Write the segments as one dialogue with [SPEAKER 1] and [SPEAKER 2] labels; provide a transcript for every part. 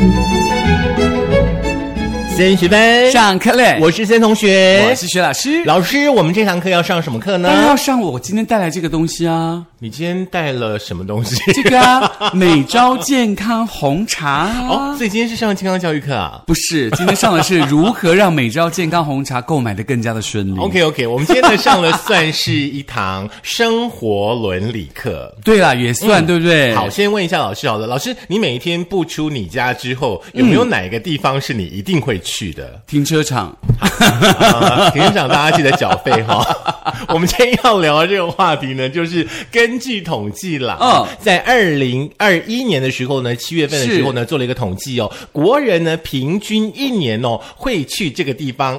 [SPEAKER 1] 森学班
[SPEAKER 2] 上课嘞！
[SPEAKER 1] 我是森同学，
[SPEAKER 2] 我是薛老师。
[SPEAKER 1] 老师，我们这堂课要上什么课呢？
[SPEAKER 2] 当然要上我今天带来这个东西啊！
[SPEAKER 1] 你今天带了什么东西？
[SPEAKER 2] 这个啊，美招健康红茶
[SPEAKER 1] 哦，所以今天是上健康教育课啊？
[SPEAKER 2] 不是，今天上的是如何让美招健康红茶购买的更加的顺利。
[SPEAKER 1] OK， 我们今天呢上了算是一堂生活伦理课。
[SPEAKER 2] 对啦，也算、对不对？
[SPEAKER 1] 好，先问一下老师好了，老师，你每一天步出你家之后，有没有哪一个地方是你一定会去的？
[SPEAKER 2] 停车场。
[SPEAKER 1] 停车场大家记得缴费哈。我们今天要聊的这个话题呢，就是根据统计啦，在2021年的时候呢，7月份的时候呢，做了一个统计哦，国人呢平均一年哦会去这个地方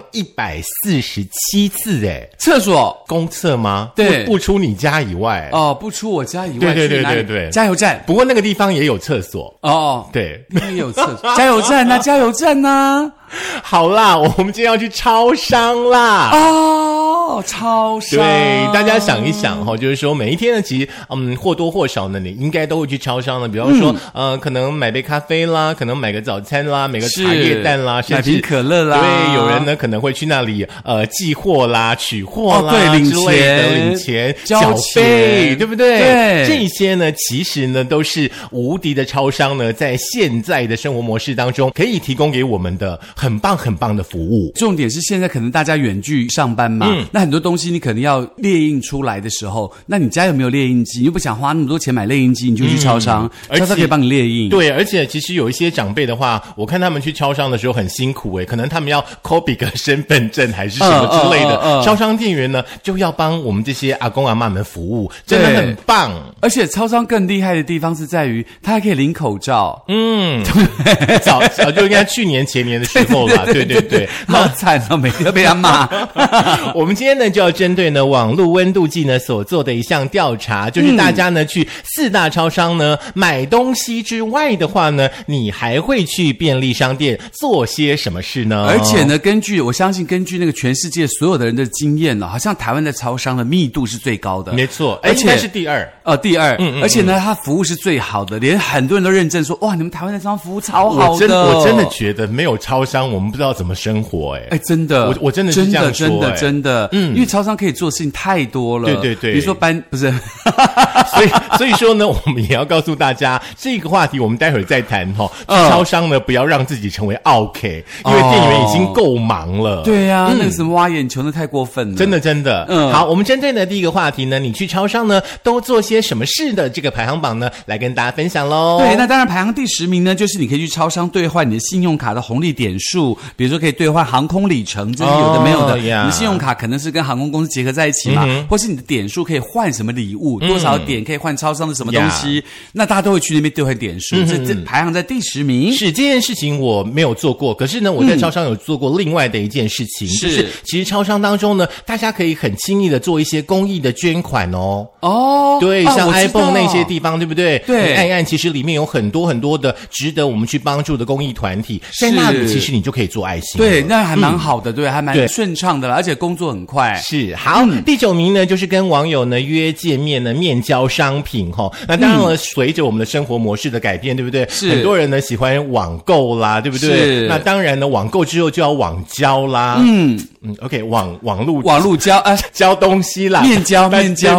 [SPEAKER 1] 147次诶。
[SPEAKER 2] 厕所
[SPEAKER 1] 公厕吗？
[SPEAKER 2] 对，
[SPEAKER 1] 不出你家以外
[SPEAKER 2] 哦，不出我家以外，
[SPEAKER 1] 对，
[SPEAKER 2] 加油站。
[SPEAKER 1] 不过那个地方也有厕所
[SPEAKER 2] 哦，
[SPEAKER 1] 对，
[SPEAKER 2] 那也有厕所，加油站啊，加油站啊。
[SPEAKER 1] 好啦，我们今天要去超商啦。
[SPEAKER 2] 哦，超商。
[SPEAKER 1] 对，大家想一想哈，就是说每一天呢，其实或多或少呢，你应该都会去超商的。比方说可能买杯咖啡啦，可能买个早餐啦，买个茶叶蛋啦，甚至
[SPEAKER 2] 买瓶可乐啦。
[SPEAKER 1] 对，有人呢可能会去那里寄货啦、取货啦、
[SPEAKER 2] 对，
[SPEAKER 1] 之类的，领钱、缴费，对不对？
[SPEAKER 2] 对，
[SPEAKER 1] 这些呢，其实呢都是无敌的超商呢，在现在的生活模式当中，可以提供给我们的很棒很棒的服务。
[SPEAKER 2] 重点是现在可能大家远距上班嘛，那很多东西你可能要列印出来的时候，那你家有没有列印机？你又不想花那么多钱买列印机，你就去超商，超商可以帮你列印。
[SPEAKER 1] 对，而且其实有一些长辈的话，我看他们去超商的时候很辛苦可能他们要 copy 个身份证还是什么之类的，超商店员呢就要帮我们这些阿公阿嬷们服务，真的很棒。
[SPEAKER 2] 而且超商更厉害的地方是在于，它还可以领口罩。
[SPEAKER 1] 早就应该去年前年的时候了。对，
[SPEAKER 2] 好惨哦，每天都被他骂。
[SPEAKER 1] 我们今天呢就要针对呢网络温度计呢所做的一项调查，就是大家呢去4大超商呢买东西之外的话呢，你还会去便利商店做些什么事呢？
[SPEAKER 2] 而且呢，我相信根据那个全世界所有的人的经验呢，好像台湾的超商的密度是最高的。
[SPEAKER 1] 没错，
[SPEAKER 2] 而且
[SPEAKER 1] 应该是第二。
[SPEAKER 2] 第二，而且呢，它服务是最好的，连很多人都认证说，哇，你们台湾的超商服务超好的。
[SPEAKER 1] 我真的觉得没有超商，我们不知道怎么生活
[SPEAKER 2] 真的，
[SPEAKER 1] 我真的是这样说，
[SPEAKER 2] 真的，因为超商可以做的事情太多了。
[SPEAKER 1] 对，
[SPEAKER 2] 比如说不是，
[SPEAKER 1] 所以说呢，我们也要告诉大家，这个话题我们待会儿再谈哈。超商呢，不要让自己成为OK，因为店员已经够忙了。
[SPEAKER 2] 对啊，那个什么挖眼球，那太过分了。
[SPEAKER 1] 真的。好，我们针对呢第一个话题呢，你去超商呢都做些什么事的这个排行榜呢，来跟大家分享咯。
[SPEAKER 2] 对，那当然排行第10名呢，就是你可以去超商兑换你的信用卡的红利点数，比如说可以兑换航空里程，这是有的没有的。你的信用卡可能是跟航空公司结合在一起嘛，或是你的点数可以换什么礼物，多少点可以换超商的什么东西，那大家都会去那边兑换点数，这排行在第10名。
[SPEAKER 1] 是，这件事情我没有做过，可是呢，我在超商有做过另外的一件事情，就是其实超商当中呢，大家可以很轻易的做一些公益的捐款哦。对，像 iPhone 那些地方，对不对？
[SPEAKER 2] 对，
[SPEAKER 1] 你按一按，其实里面有很多很多的值得我们去帮助的公益团体，在那里其实你就可以做爱心。
[SPEAKER 2] 对，那还蛮好的，对，还蛮顺畅的，而且工作很快。
[SPEAKER 1] 是，好，第9名呢，就是跟网友呢约见面呢，面交商品哈。那当然了，随着我们的生活模式的改变，对不对？是，很多人呢喜欢网购啦，对不对？是。那当然呢，网购之后就要网交啦。OK， 网路交交东西啦，面交。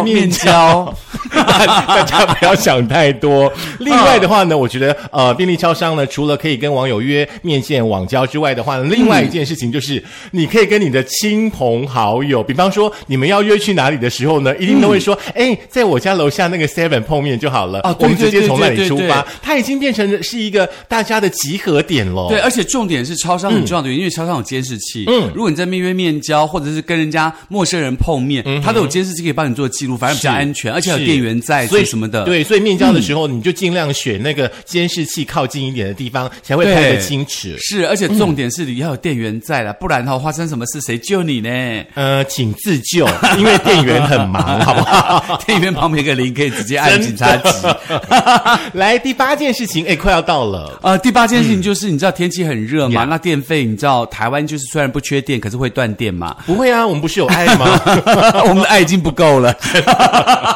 [SPEAKER 1] 大家不要想太多。另外的话呢，我觉得便利超商呢，除了可以跟网友约面见网交之外的话呢，另外一件事情就是你可以跟你的亲朋好友，比方说你们要约去哪里的时候呢，一定都会说在我家楼下那个 7 碰面就好了，我们直接从那里出发。它已经变成是一个大家的集合点了。
[SPEAKER 2] 对，而且重点是超商很重要的原因，因为超商有监视器。如果你在那边约面交，或者是跟人家陌生人碰面，他都有监视器可以帮你做记录，反而比较安全，而且有店员在，所以什么的。
[SPEAKER 1] 对，所以面交的时候你就尽量选那个监视器靠近一点的地方，才会拍得清楚。
[SPEAKER 2] 是，而且重点是你要有店员在了，不然的话发生什么事谁救你呢？
[SPEAKER 1] 请自救，因为店员很忙，好不好？
[SPEAKER 2] 店员旁边有个铃可以直接按警察局。
[SPEAKER 1] 来，第8件事情，快要到了。
[SPEAKER 2] 第8件事情就是你知道天气很热嘛，那电费你知道台湾就是虽然不缺电，可是会断电嘛。
[SPEAKER 1] 不会啊，我们不是有爱吗？
[SPEAKER 2] 我们的爱已经不够了。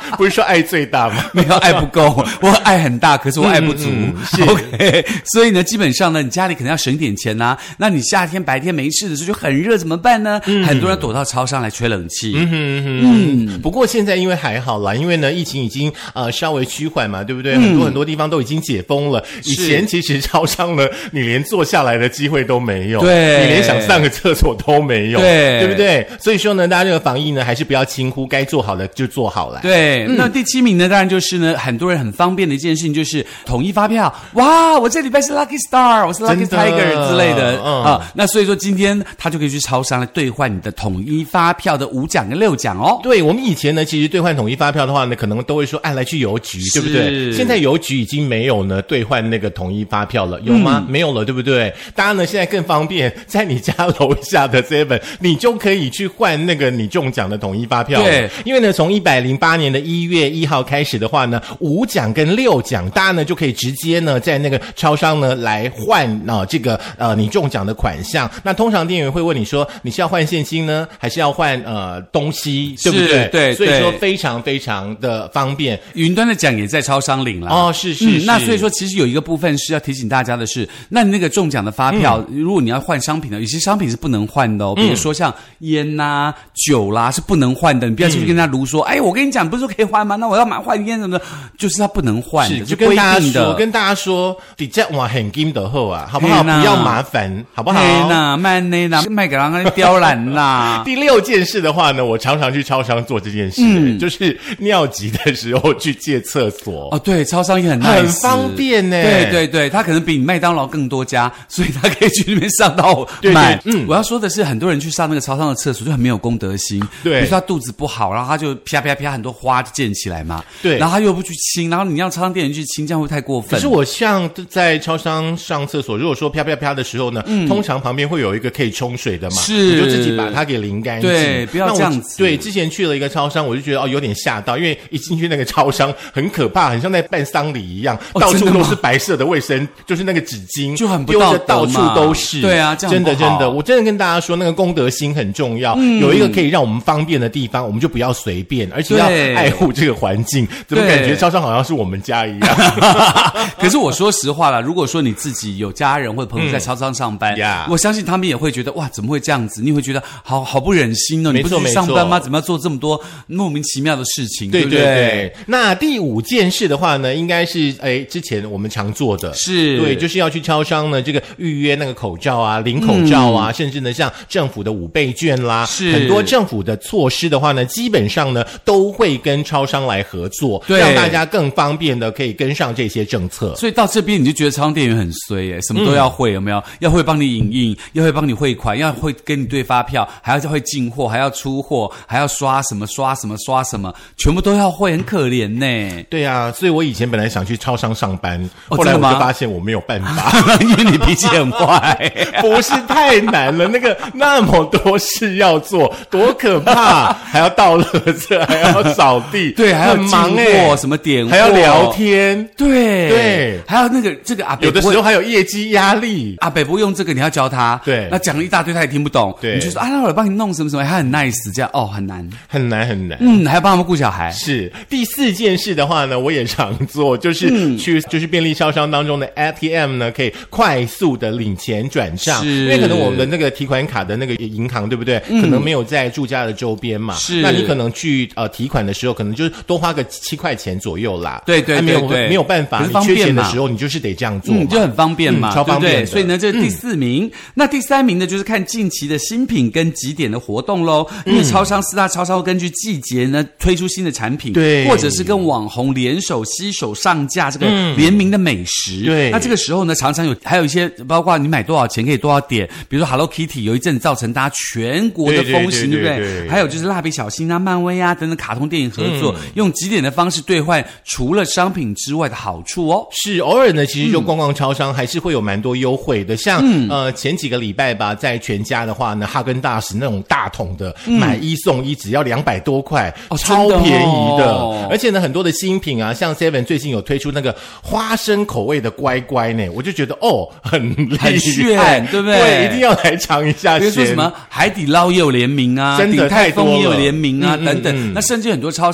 [SPEAKER 1] 不是说爱最大吗？
[SPEAKER 2] 没有，爱不够，我爱很大，可是我爱不足。OK， 所以呢，基本上呢，你家里可能要省点钱啊。那你夏天白天没事的时候就很热，怎么办呢？很多人躲到超商来吹冷气。
[SPEAKER 1] 不过现在因为还好啦，因为呢疫情已经稍微趋缓嘛，对不对？很多地方都已经解封了。以前其实超商呢，你连坐下来的机会都没有，
[SPEAKER 2] 对，
[SPEAKER 1] 你连想上个厕所都没有，
[SPEAKER 2] 对
[SPEAKER 1] 不对？所以说呢，大家这个防疫呢，还是不要轻忽，该做好的就做好了。
[SPEAKER 2] 对，那第7名呢，当然就是呢，很多人很方便的一件事情，就是统一发票。哇，我这礼拜是 Lucky Star， 我是 Lucky Tiger 之类的那所以说今天他就可以去超商来兑换你的统一发票的5奖跟6奖哦。
[SPEAKER 1] 对，我们以前呢，其实兑换统一发票的话呢，可能都会说来去邮局，对不对？现在邮局已经没有呢兑换那个统一发票了，有吗？没有了，对不对？大家呢现在更方便，在你家楼下的 7， 你就可以去换那个你中奖的统一发票了。对，因为呢从108年的1月1号开始的话呢，5奖跟6奖，大家呢就可以直接呢在那个超商呢来换这个你中奖的款项。那通常店员会问你说，你是要换现金呢，还是要换东西，对不对？
[SPEAKER 2] 对，
[SPEAKER 1] 所以说非常非常的方便。
[SPEAKER 2] 云端的奖也在超商领了
[SPEAKER 1] 哦，是。
[SPEAKER 2] 那所以说其实有一个部分是要提醒大家的是，那你那个中奖的发票，如果你要换商品的，有些商品是不能换的哦，比如说像烟啦、酒啦是不能换的，你不要去跟他卢说，哎，我跟你讲不是说可以换吗？那我要买换烟什么的，就是它不能换的，
[SPEAKER 1] 就跟大家说，你这哇很金的后啊，好不好？不要麻烦，好不好？
[SPEAKER 2] 慢呢啦，卖给人家刁懒啦。
[SPEAKER 1] 第6件事的话呢，我常常去超商做这件事，就是尿急的时候去借厕所。
[SPEAKER 2] 哦，对，超商也很 nice，
[SPEAKER 1] 很方便呢。
[SPEAKER 2] 对，他可能比你麦当劳更多家，所以他可以去那边上到满。我要说的是，很多人去上那个超商的厕所就很没有公德心。对，比如说他肚子不好，然后他就啪啪啪很多花就溅起来嘛。对，然后他又不去清，然后你让超商店员去清，这样会太过分。
[SPEAKER 1] 可是我像在超商上厕所，如果说啪啪啪的时候呢，通常旁边会有一个可以冲水的嘛，你就自己把它给淋干净。
[SPEAKER 2] 对，不要这样子。
[SPEAKER 1] 对，之前去了一个超商，我就觉得有点吓到，因为一进去那个超商很可怕，很像在办丧礼一样，到处都是白色的卫生，就是那个纸巾
[SPEAKER 2] 就很不道德嘛，
[SPEAKER 1] 丢的到处都是。
[SPEAKER 2] 对啊，这样
[SPEAKER 1] 真的，我真的跟大家说，那个公德心很重要。有一个可以让我们方便的地方，我们就不要随便，而且要爱护这个环境。怎么感觉超商好像是我们家一样？
[SPEAKER 2] 可是我说实话啦，如果说你自己有家人或者朋友在超商上班，我相信他们也会觉得哇，怎么会这样子？你会觉得好不忍心哦。你不是去上班吗？怎么要做这么多莫名其妙的事情？对不对？
[SPEAKER 1] 那第5件事的话呢，应该是之前我们常做的，
[SPEAKER 2] 是
[SPEAKER 1] 对，就是要去超商呢，这个预约那个口罩啊、领口罩啊，甚至呢像政府的5倍券啦，很多政府的措施的话呢，基本上呢都会跟超商来合作，让大家更方便的可以跟上这些政策。
[SPEAKER 2] 所以到这边你就觉得超商店员很衰耶，什么都要会，有没有？要会帮你影印，要会帮你汇款，要会跟你对发票，还要会进货，还要出货，还要刷什么，全部都要会，很可怜呢。
[SPEAKER 1] 对啊，所以我以前本来想去超商上班，后来我就发现我没有办法，
[SPEAKER 2] 因为你脾气很坏。
[SPEAKER 1] 不是太难了，那么多事要做，多可怕！还要倒垃圾，还要扫地，
[SPEAKER 2] 对，还要
[SPEAKER 1] 忙
[SPEAKER 2] 什么点货，
[SPEAKER 1] 还要聊天，
[SPEAKER 2] 对，还有这个阿北，
[SPEAKER 1] 有的时候还有业绩压力。
[SPEAKER 2] 阿北不用这个，你要教他，
[SPEAKER 1] 对，
[SPEAKER 2] 那讲了一大堆他也听不懂，对，你就说那我帮你弄什么，他很 nice， 这样很难，还要帮他们顾小孩。
[SPEAKER 1] 是第4件事的话呢，我也常做，就是就是便利超商当中的 ATM 呢，可以快速的领钱转账，因为可能我们的那个提款卡的那个银行，对不对？可能没有在住家的周边嘛，那你可能去提款的时候，可能就是多花个7块钱左右啦。
[SPEAKER 2] 对，
[SPEAKER 1] 没有办法，你缺钱的时候，你就是得这样做，
[SPEAKER 2] 就很方便嘛，
[SPEAKER 1] 超方便的。
[SPEAKER 2] 所以呢，这是第4名。那第3名呢，就是看近期的新品跟集点的活动咯，因为4大超商会根据季节呢推出新的产品，对，或者是跟网红联手携手上架这个联名的美食。对，那这个时候呢，常常还有一些，包括你买多少钱可以多少点，比如说 Hello Kitty 有一阵造成大家全国的风行，对不对？还有就是蜡笔小新啊、漫威啊等等卡通电影合作，用集点的方式兑换除了商品之外的好处哦。
[SPEAKER 1] 是，偶尔呢，其实就逛逛超商还是会有蛮多优惠的，像前几个礼拜吧，在全家的话呢，哈根达斯那种大桶的买1送1，只要200多块，超便宜的。而且呢，很多的新品啊，像 Seven 最近有推出那个花生口味的乖乖呢，我就觉得很厉害，
[SPEAKER 2] 对不对？
[SPEAKER 1] 对，一定要来尝一下。
[SPEAKER 2] 比如说什么海底捞也有联名啊，
[SPEAKER 1] 真的
[SPEAKER 2] 鼎泰丰也有联名啊，等等。那甚至很多超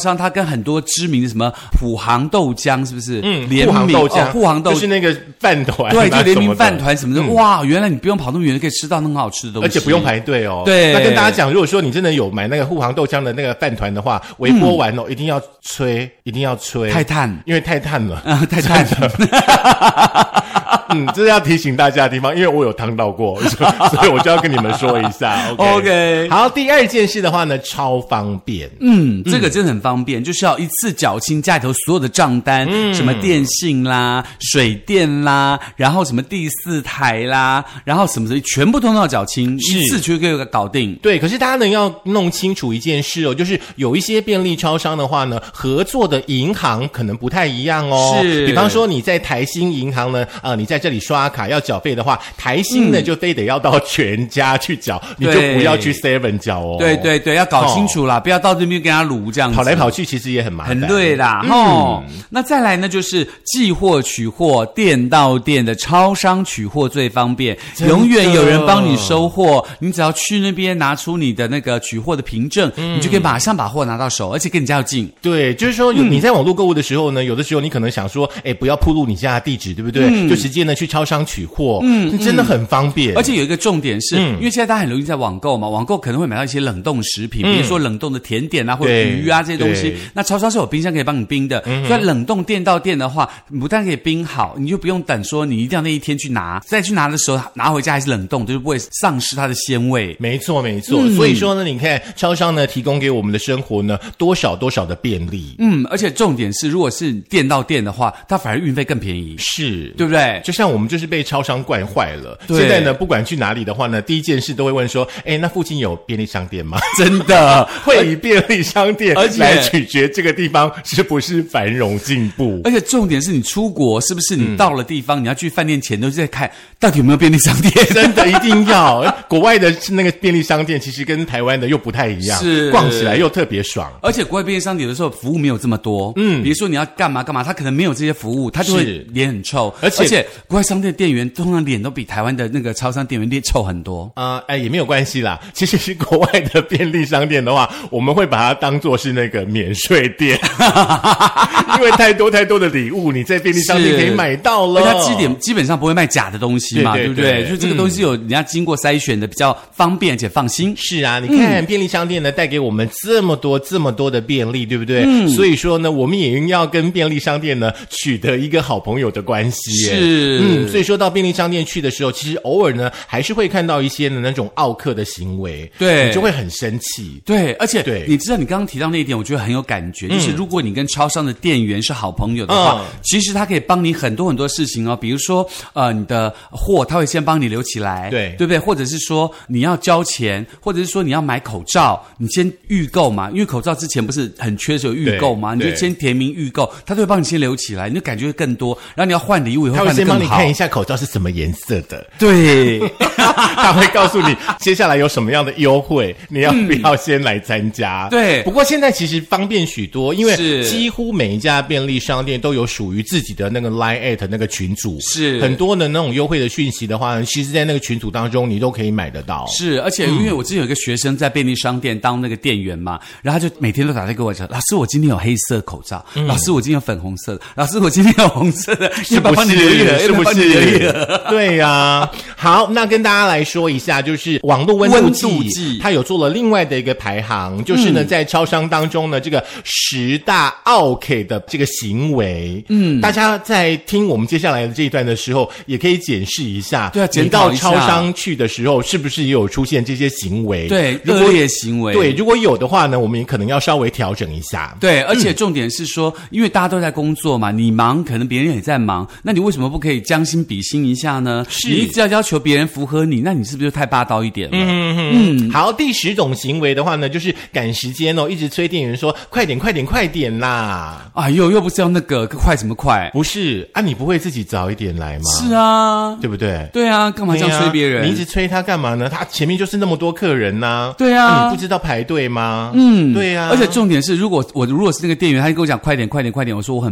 [SPEAKER 2] 商它跟很多知名的什么虎航豆浆是不是？
[SPEAKER 1] 虎航豆浆，
[SPEAKER 2] 虎航豆
[SPEAKER 1] 就是那个饭团，
[SPEAKER 2] 对，就联名饭团什么的。哇，原来你不用跑那么远就可以吃到那很好吃的东西，
[SPEAKER 1] 而且不用排队哦。
[SPEAKER 2] 对，
[SPEAKER 1] 那跟大家讲，如果说你真的有买那个虎航豆浆的那个饭团的话，微波完一定要吹，一定要吹，
[SPEAKER 2] 太烫，
[SPEAKER 1] 因为太烫了，
[SPEAKER 2] 太烫
[SPEAKER 1] 了。这是要提醒大家的地方，因为我有烫到过，所以我就要跟你们说一下。OK， 好，第二件事的话呢，超方便。
[SPEAKER 2] 这个真的很方便，就是要一次缴清家里头所有的账单，什么电信啦、水电啦，然后什么第四台啦，然后什么全部都要缴清，一次就可以搞定。
[SPEAKER 1] 对，可是大家呢要弄清楚一件事哦，就是有一些便利超商的话呢，合作的银行可能不太一样哦。
[SPEAKER 2] 是，
[SPEAKER 1] 比方说你在台新银行呢，你在这里刷卡要缴费的话，台新呢就非得要到全家去缴，你就不要去 Seven 缴哦。
[SPEAKER 2] 对对对，要搞清楚啦，不要到这边跟他撸这样子，
[SPEAKER 1] 跑来跑去其实也很麻烦。
[SPEAKER 2] 很对啦，那再来呢，就是寄货取货，店到店的超商取货最方便，永远有人帮你收货，你只要去那边拿出你的那个取货的凭证，你就可以马上把货拿到手，而且跟你家又近。
[SPEAKER 1] 对，就是说你在网络购物的时候呢，有的时候你可能想说，不要暴露你家的地址，对不对？就直接呢去超商取货，真的很方便。
[SPEAKER 2] 而且有一个重点是，因为现在大家很容易在网购嘛，网购可能会买到一些冷冻食品，比如说冷冻的甜点啊，或者鱼啊这些东西。那超商是有冰箱可以帮你冰的，所以冷冻店到店的话，你不但可以冰好，你就不用等说你一定要那一天去拿，再去拿的时候拿回家还是冷冻，就是不会丧失它的鲜味。
[SPEAKER 1] 没错没错，所以说呢，你看超商呢提供给我们的生活呢多少的便利。
[SPEAKER 2] 而且重点是，如果是店到店的话，它反而运费更便宜，
[SPEAKER 1] 是
[SPEAKER 2] 对不对？
[SPEAKER 1] 就像我们就是被超商惯坏了，现在呢不管去哪里的话呢，第一件事都会问说，那附近有便利商店吗？
[SPEAKER 2] 真的
[SPEAKER 1] 会以便利商店来取决这个地方是不是繁荣进步。
[SPEAKER 2] 而且重点是你出国是不是你到了地方，你要去饭店前都是在看到底有没有便利商店。
[SPEAKER 1] 真的一定要国外的那个便利商店其实跟台湾的又不太一样，是逛起来又特别爽。
[SPEAKER 2] 而且国外便利商店有的时候服务没有这么多，比如说你要干嘛干嘛，他可能没有这些服务，他就会脸很臭。而且国外商店店员通常脸都比台湾的那个超商店员脸臭很多。
[SPEAKER 1] 也没有关系啦。其实是国外的便利商店的话，我们会把它当作是那个免税店，因为太多的礼物你在便利商店可以买到了。
[SPEAKER 2] 它基本上不会卖假的东西嘛，对不对？就这个东西有人家经过筛选的，比较方便而且放心。
[SPEAKER 1] 是啊，你看便利商店呢带给我们这么多的便利，对不对？所以说呢，我们也要跟便利商店呢取得一个好朋友的关系。
[SPEAKER 2] 是，
[SPEAKER 1] 所以说到便利商店去的时候，其实偶尔呢还是会看到一些的那种奥客的行为，
[SPEAKER 2] 对，
[SPEAKER 1] 你就会很生气。
[SPEAKER 2] 对，而且你知道你刚刚提到那一点，我觉得很有感觉，就是如果你跟超商的店员是好朋友的话，其实他可以帮你很多事情哦，比如说你的货他会先帮你留起来，对不对？或者是说你要交钱，或者是说你要买口罩，你先预购嘛，因为口罩之前不是很缺，有预购嘛，你就先填名预购，他都会帮你先留起来，你就感觉会更多。然后你要换礼物也会换得更好，
[SPEAKER 1] 他会先帮你看一下口罩是什么颜色的，
[SPEAKER 2] 对，
[SPEAKER 1] 他会告诉你接下来有什么样的优惠，你要不要先来参加？
[SPEAKER 2] 对，
[SPEAKER 1] 不过现在其实方便许多，因为几乎每一家便利商店都有属于自己的那个 Line@ 那个群组，
[SPEAKER 2] 是
[SPEAKER 1] 很多的那种优惠的讯息的话，其实在那个群组当中你都可以买得到。
[SPEAKER 2] 是，而且因为我之前有一个学生在便利商店当那个店员嘛，然后他就每天都打电话跟我讲，老师我今天有黑色口罩，老师我今天有粉红色的，老师我今天有红色的，
[SPEAKER 1] 是不是？是不是？对呀。好，那跟大家来说一下，就是网络温度计，它有做了另外的一个排行，就是呢在超商当中呢这个10大OK 的这个行为，大家在听我们接下来的这一段的时候，也可以检视一下，
[SPEAKER 2] 对啊，
[SPEAKER 1] 你到超商去的时候是不是也有出现这些行为？
[SPEAKER 2] 对，恶劣行为。
[SPEAKER 1] 对，如果有的话呢，我们也可能要稍微调整一下。
[SPEAKER 2] 对，而且重点是说，因为大家都在工作嘛，你忙，可能别人也在忙，那你为什么不可以将心比心一下呢？你一直要求别人符合你，那你是不是就太霸道一点了？
[SPEAKER 1] 好，第10种行为的话呢，就是赶时间哦，一直催店员说快点啦！
[SPEAKER 2] 哎呦，又不是要那个快什么快？
[SPEAKER 1] 不是啊，你不会自己早一点来吗？
[SPEAKER 2] 是啊，
[SPEAKER 1] 对不对？
[SPEAKER 2] 对啊，干嘛这样催别人？
[SPEAKER 1] 你一直催他干嘛呢？他前面就是那么多客人呐。
[SPEAKER 2] 对啊，
[SPEAKER 1] 你不知道排队吗？对啊。
[SPEAKER 2] 而且重点是，如果是那个店员，他就跟我讲快点，我说我很慢。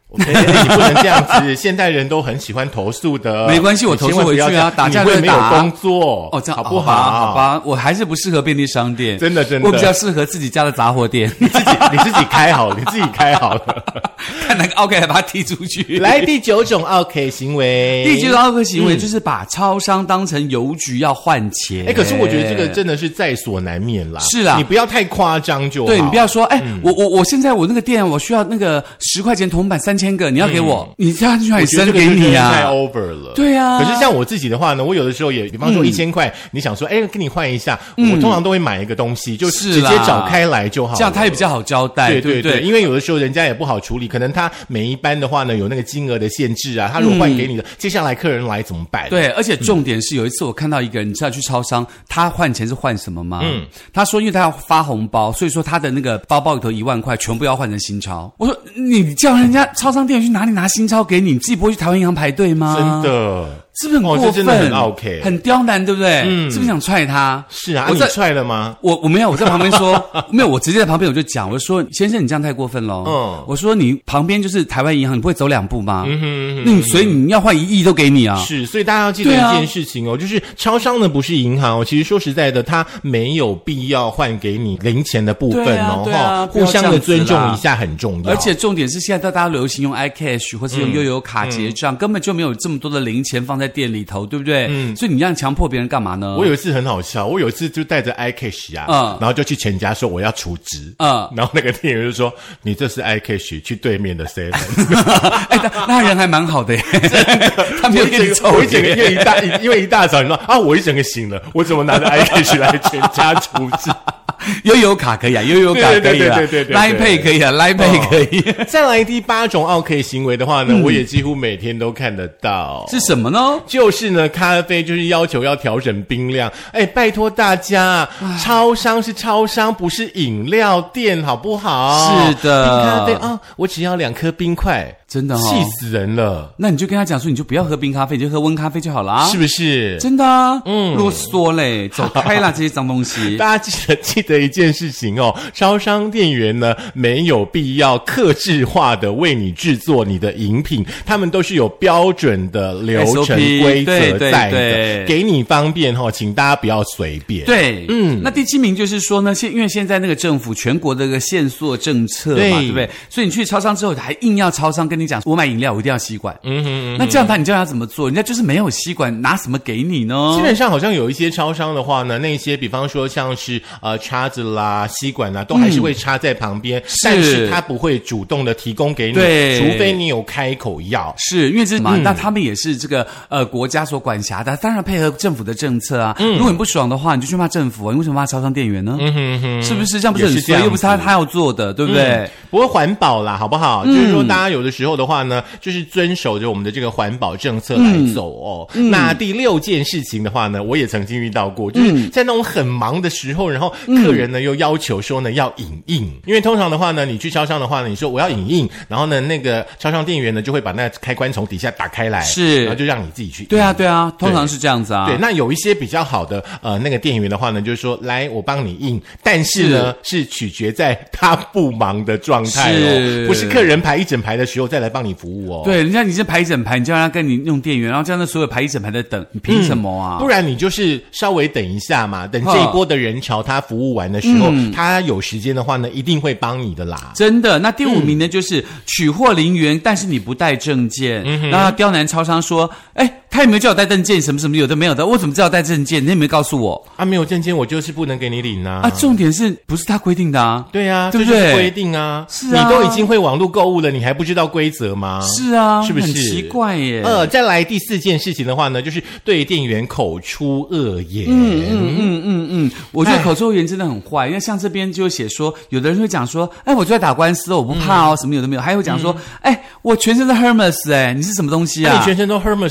[SPEAKER 1] OK， 你不能这样子，现代人都很喜欢投诉的。
[SPEAKER 2] 没关系，我投诉回去啊，打架就打。
[SPEAKER 1] 你会没有工作
[SPEAKER 2] 哦，这样
[SPEAKER 1] 好不好？
[SPEAKER 2] 好吧，我还是不适合便利商店，
[SPEAKER 1] 真的，
[SPEAKER 2] 我比较适合自己家的杂货店。
[SPEAKER 1] 你自己开好了，你自己开好了。
[SPEAKER 2] 看哪个 OK 来把他踢出去。
[SPEAKER 1] 来第9种 OK 行为，
[SPEAKER 2] 第9种 OK 行为就是把超商当成邮局要换钱。
[SPEAKER 1] 可是我觉得这个真的是在所难免啦。
[SPEAKER 2] 是啦，
[SPEAKER 1] 你不要太夸张就好。
[SPEAKER 2] 对，你不要说，我现在我那个店我需要那个10块钱铜板3000个，你要给我，你这样去哪里生给你啊？
[SPEAKER 1] 太 over 了。
[SPEAKER 2] 对啊。
[SPEAKER 1] 可是像我自己的话呢，我有的时候也，比方说1000块，你想说，跟你换一下，我通常都会买一个东西，就直接找开来就好了，
[SPEAKER 2] 这样他也比较好交代，对不对？
[SPEAKER 1] 因为有的时候人家也不好处理，可能他每一班的话呢有那个金额的限制啊，他如果换给你的，接下来客人来怎么办？
[SPEAKER 2] 对，而且重点是有一次我看到一个人，你知道去超商，他换钱是换什么吗？他说因为他要发红包，所以说他的那个包包里头1万块全部要换成新钞。我说你叫人家超商店员去哪里拿新钞给你？你自己不会去台湾银行排队吗？
[SPEAKER 1] 真的。
[SPEAKER 2] 是不是很过分？
[SPEAKER 1] 这真的很 OK，
[SPEAKER 2] 很刁难，对不对？是不是想踹他？
[SPEAKER 1] 是啊，你踹了吗？
[SPEAKER 2] 我没有，我在旁边说没有，我直接在旁边我就讲，我就说先生，你这样太过分了。我说你旁边就是台湾银行，你不会走2步吗？那所以你要换1亿都给你啊。
[SPEAKER 1] 是，所以大家要记得一件事情哦，就是超商呢不是银行哦，其实说实在的，它没有必要换给你零钱的部分哦，互相的尊重一下很重要。
[SPEAKER 2] 而且重点是现在大家流行用 iCash 或是用悠游卡结账，根本就没有这么多的零钱放在店里头，对不对？所以你这样强迫别人干嘛呢？
[SPEAKER 1] 我有一次很好笑，我有一次就带着 iCash 啊，然后就去全家说我要储值，然后那个店员就说你这是 iCash， 去对面的 7。
[SPEAKER 2] 那人还蛮好的耶，他没有给你抽。
[SPEAKER 1] 我一整个因为一大早你说我一整个醒了，我怎么拿着 iCash 来全家储值？
[SPEAKER 2] 悠游卡可以啊，悠游卡可以啊，
[SPEAKER 1] 对
[SPEAKER 2] Line Pay 可以啊，Line Pay 可以。
[SPEAKER 1] 再来第8种 OK 行为的话呢，我也几乎每天都看得到。
[SPEAKER 2] 是什么呢？
[SPEAKER 1] 就是呢，咖啡就是要求要调整冰量。拜托大家，超商是超商，不是饮料店，好不好？
[SPEAKER 2] 是的，
[SPEAKER 1] 冰咖啡我只要2颗冰块。
[SPEAKER 2] 真的
[SPEAKER 1] 气死人了。
[SPEAKER 2] 那你就跟他讲说，你就不要喝冰咖啡，你就喝温咖啡就好了啊，
[SPEAKER 1] 是不是？
[SPEAKER 2] 真的啊，啰嗦嘞，走开啦，这些脏东西。
[SPEAKER 1] 大家记得一件事情哦，超商店员呢没有必要客制化的为你制作你的饮品，他们都是有标准的流程规则在的，给你方便请大家不要随便。
[SPEAKER 2] 对，那第7名就是说呢，因为现在那个政府全国的这个限塑政策嘛，对不对？所以你去超商之后，还硬要超商跟你讲，我买饮料我一定要吸管。那这样你叫他怎么做？人家就是没有吸管，拿什么给你呢？
[SPEAKER 1] 基本上好像有一些超商的话呢，那些比方说像是叉子啦、吸管啦，都还是会插在旁边，但是他不会主动的提供给你，除非你有开口要。
[SPEAKER 2] 是因为这嘛，那他们也是这个国家所管辖的，当然配合政府的政策啊。如果你不爽的话，你就去骂政府，你为什么骂超商店员呢？是不是这样？不是很衰？又不是他要做的，对不对？
[SPEAKER 1] 不过环保啦，好不好？就是说大家有的时候的话呢，就是遵守着我们的这个环保政策来走哦。那第6件事情的话呢，我也曾经遇到过，就是在那种很忙的时候，然后客人呢又要求说呢要影印，因为通常的话呢，你去超商的话呢，你说我要影印，然后呢那个超商店员呢就会把那开关从底下打开来，
[SPEAKER 2] 是，
[SPEAKER 1] 然后就让你自己去印。
[SPEAKER 2] 对啊，通常是这样子啊。
[SPEAKER 1] 对，那有一些比较好的那个店员的话呢，就是说来我帮你印，但是呢是取决在他不忙的状态哦，不是客人排一整排的时候再来帮你服务哦。
[SPEAKER 2] 对，人家你是排一整排，你叫他跟你用店员，然后这样的所有排一整排的等，你凭什么啊？
[SPEAKER 1] 不然你就是稍微等一下嘛，等这一波的人潮他服务完的时候，他有时间的话呢，一定会帮你的啦。
[SPEAKER 2] 真的。那第5名呢，就是取货零元，但是你不带证件。那刁难超商说，他有没有叫我带证件？什么什么有的没有的，我怎么知道带证件？你有没有告诉我
[SPEAKER 1] 啊？没有证件，我就是不能给你领啊！
[SPEAKER 2] 重点是不是他规定的啊？
[SPEAKER 1] 对啊，
[SPEAKER 2] 对不对？
[SPEAKER 1] 这就是规定啊！
[SPEAKER 2] 是啊，
[SPEAKER 1] 你都已经会网络购物了，你还不知道规则吗？
[SPEAKER 2] 是啊，
[SPEAKER 1] 是不是
[SPEAKER 2] 很奇怪耶？
[SPEAKER 1] 再来第4件事情的话呢，就是对店员口出恶言。
[SPEAKER 2] 我觉得口出恶言真的很坏，因为像这边就写说，有的人会讲说，我就在打官司，我不怕哦，什么有的没有，还有讲说，我全身都 Hermes， 你是什么东西啊？
[SPEAKER 1] 你全身都 Hermes， 你还不是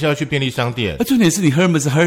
[SPEAKER 1] 是要去便利商店？
[SPEAKER 2] 重点是你 Hermes 喝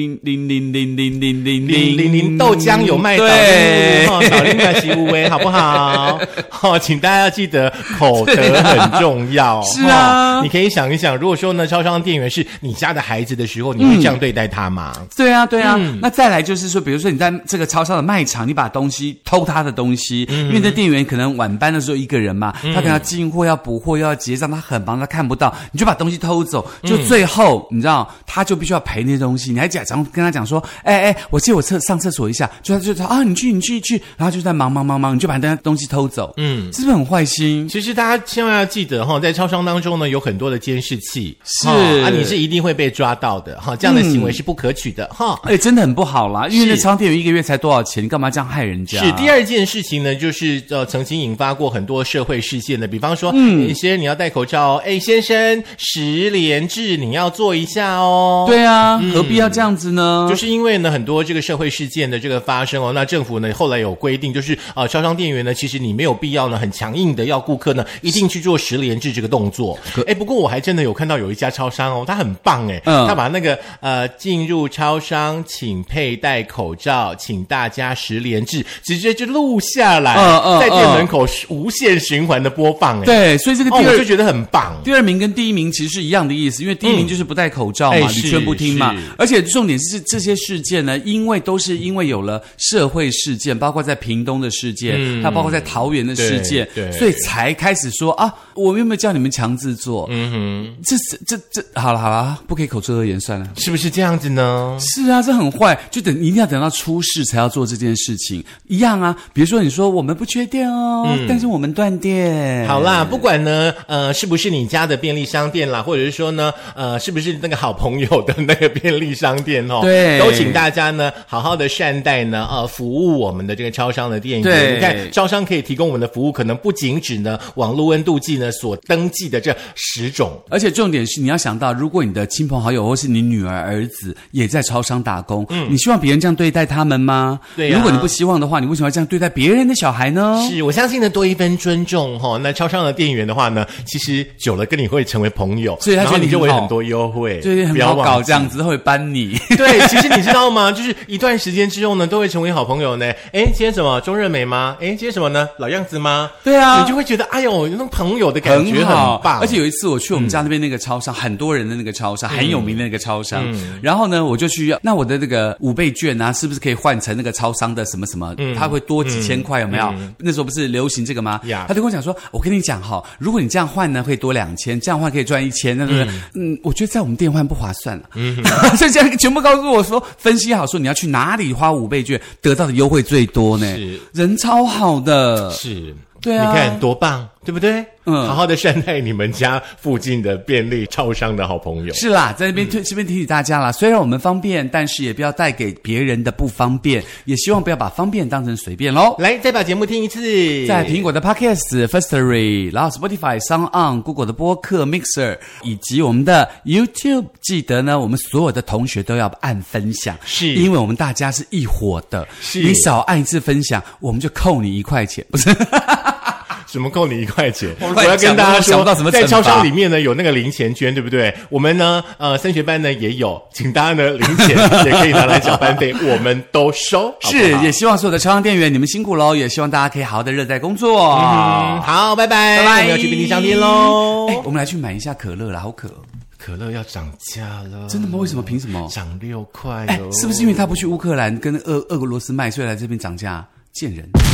[SPEAKER 2] 0000000
[SPEAKER 1] 豆浆有卖到，
[SPEAKER 2] 对，
[SPEAKER 1] 少林那西无为，好不好？请大家要记得口德很重要。
[SPEAKER 2] 是啊，
[SPEAKER 1] 你可以想一想，如果说呢，超商店员是你家的孩子的时候，你会这样对待他吗？
[SPEAKER 2] 对啊。那再来就是说，比如说你在这个超商的卖场，你把东西偷他的东西，因为这店员可能晚班的时候一个人嘛，他可能要进货、要补货、要结账，他很忙，他看不到，你就把东西偷走，就最后你知道，他就必须要赔那些东西。你还假装跟他讲说，我借我上厕所一下，就他啊，你去，然后就在忙，你就把那东西偷走，是不是很坏心？
[SPEAKER 1] 其实大家千万要记得哈，在超商当中呢，有很多的监视器，
[SPEAKER 2] 是
[SPEAKER 1] 你是一定会被抓到的哈，这样的行为是不可取的哈。
[SPEAKER 2] 真的很不好啦，因为那超商店员一个月才多少钱，你干嘛这样害人家？
[SPEAKER 1] 是第二件事情呢，就是曾经引发过很多社会事件的，比方说，先生你要戴口罩哦，先生10连制你要做一下哦。
[SPEAKER 2] 对啊，何必要这样子呢？
[SPEAKER 1] 就是因为呢很多这个社会事件的这个发生哦，那政府呢后来有规定，就是超商店员呢，其实你没有必要呢很强硬的要顾客呢一定去做10连制这个动作。不过我还真的有看到有一家超商哦，他很棒哎，他把那个进入超商请佩戴口罩，请大家10连制，直接就录下来，在店门口无限循环的播放哎。
[SPEAKER 2] 对，所以这个
[SPEAKER 1] 我就觉得很棒。
[SPEAKER 2] 第二名跟第一名其实是一样的意思，因为第一名就是不戴口罩嘛，你劝不听嘛。而且重点是这些事件呢，都是因为有了社会事件，包括在屏东的事件，包括在桃园的事件，所以才开始说啊，我有没有叫你们强制做？这好了，不可以口出恶言算了，
[SPEAKER 1] 是不是这样子呢？
[SPEAKER 2] 是啊，这很坏，就一定要等到出事才要做这件事情一样啊。比如说你说我们不缺电哦，但是我们断电。
[SPEAKER 1] 好啦，不管呢是不是你家的便利商店啦，或者是说呢是不是那个好朋友的那个便利商店哦，
[SPEAKER 2] 对，
[SPEAKER 1] 都请大家呢好好的善待呢服务我们的这个超商的店员。
[SPEAKER 2] 对，
[SPEAKER 1] 你看超商可以提供我们的服务，可能不仅指呢网络温度计呢所登记的这10种，
[SPEAKER 2] 而且重点是你要想到，如果你的亲朋好友或是你女儿儿子也在超商打工，你希望别人这样对待他们吗？
[SPEAKER 1] 对啊，
[SPEAKER 2] 如果你不希望的话，你为什么要这样对待别人的小孩呢？
[SPEAKER 1] 是，我相信呢多一分尊重那超商的店员的话呢，其实久了跟你会成为朋友，
[SPEAKER 2] 所以他觉得
[SPEAKER 1] 你就会很多优惠，
[SPEAKER 2] 对，很好搞，这样子会帮你。
[SPEAKER 1] 对，其实你知道吗？就是一段时间之后呢，都会成为好朋友呢。今天什么钟热美吗？今天什么呢？老样子吗？
[SPEAKER 2] 对啊，
[SPEAKER 1] 你就会觉得哎呦，那种朋友的感觉很棒。
[SPEAKER 2] 而且有一次我去我们家那边那个超商，很多人的那个超商，很有名的那个超商，然后呢我就去，那我的那个5倍券啊，是不是可以换成那个超商的什么什么？它会多几千块，有没有？那时候不是流行这个吗？他就跟我讲说，我跟你讲哈，如果你这样换呢，会多2000，这样换可以赚1000，那是我觉得在我们店换不划算了。所以这样全部告诉我说，分析好说你要去哪里花5倍券得到的优惠最多呢？是人超好的，
[SPEAKER 1] 是。
[SPEAKER 2] 对啊，
[SPEAKER 1] 你看多棒，对不对？好好的善待你们家附近的便利超商的好朋友。
[SPEAKER 2] 是啦，在这边提醒大家啦，虽然我们方便，但是也不要带给别人的不方便，也希望不要把方便当成随便咯。
[SPEAKER 1] 来，再把节目听一次，
[SPEAKER 2] 在苹果的 Podcast、Firstory， 然后 Spotify、SoundOn、Google 的播客 Mixer， 以及我们的 YouTube， 记得呢，我们所有的同学都要按分享，是因为我们大家是一伙的，你少按一次分享，我们就扣你1块钱，不是？
[SPEAKER 1] 什么扣你1块钱？我要跟大家说，在超商里面呢有那个零钱捐，对不对？我们呢升学班呢也有，请大家呢零钱也可以拿来缴班费，我们都收。
[SPEAKER 2] 是，也希望所有的超商店员你们辛苦咯，也希望大家可以好好的热在工作。
[SPEAKER 1] 好，拜拜，
[SPEAKER 2] 拜拜，
[SPEAKER 1] 我们要去便利商店咯。
[SPEAKER 2] 我们来去买一下可乐啦，好渴。
[SPEAKER 1] 可乐要涨价了，
[SPEAKER 2] 真的吗？为什么？凭什么？
[SPEAKER 1] 涨6块
[SPEAKER 2] 是不是因为他不去乌克兰跟俄罗斯卖，所以来这边涨价？贱人。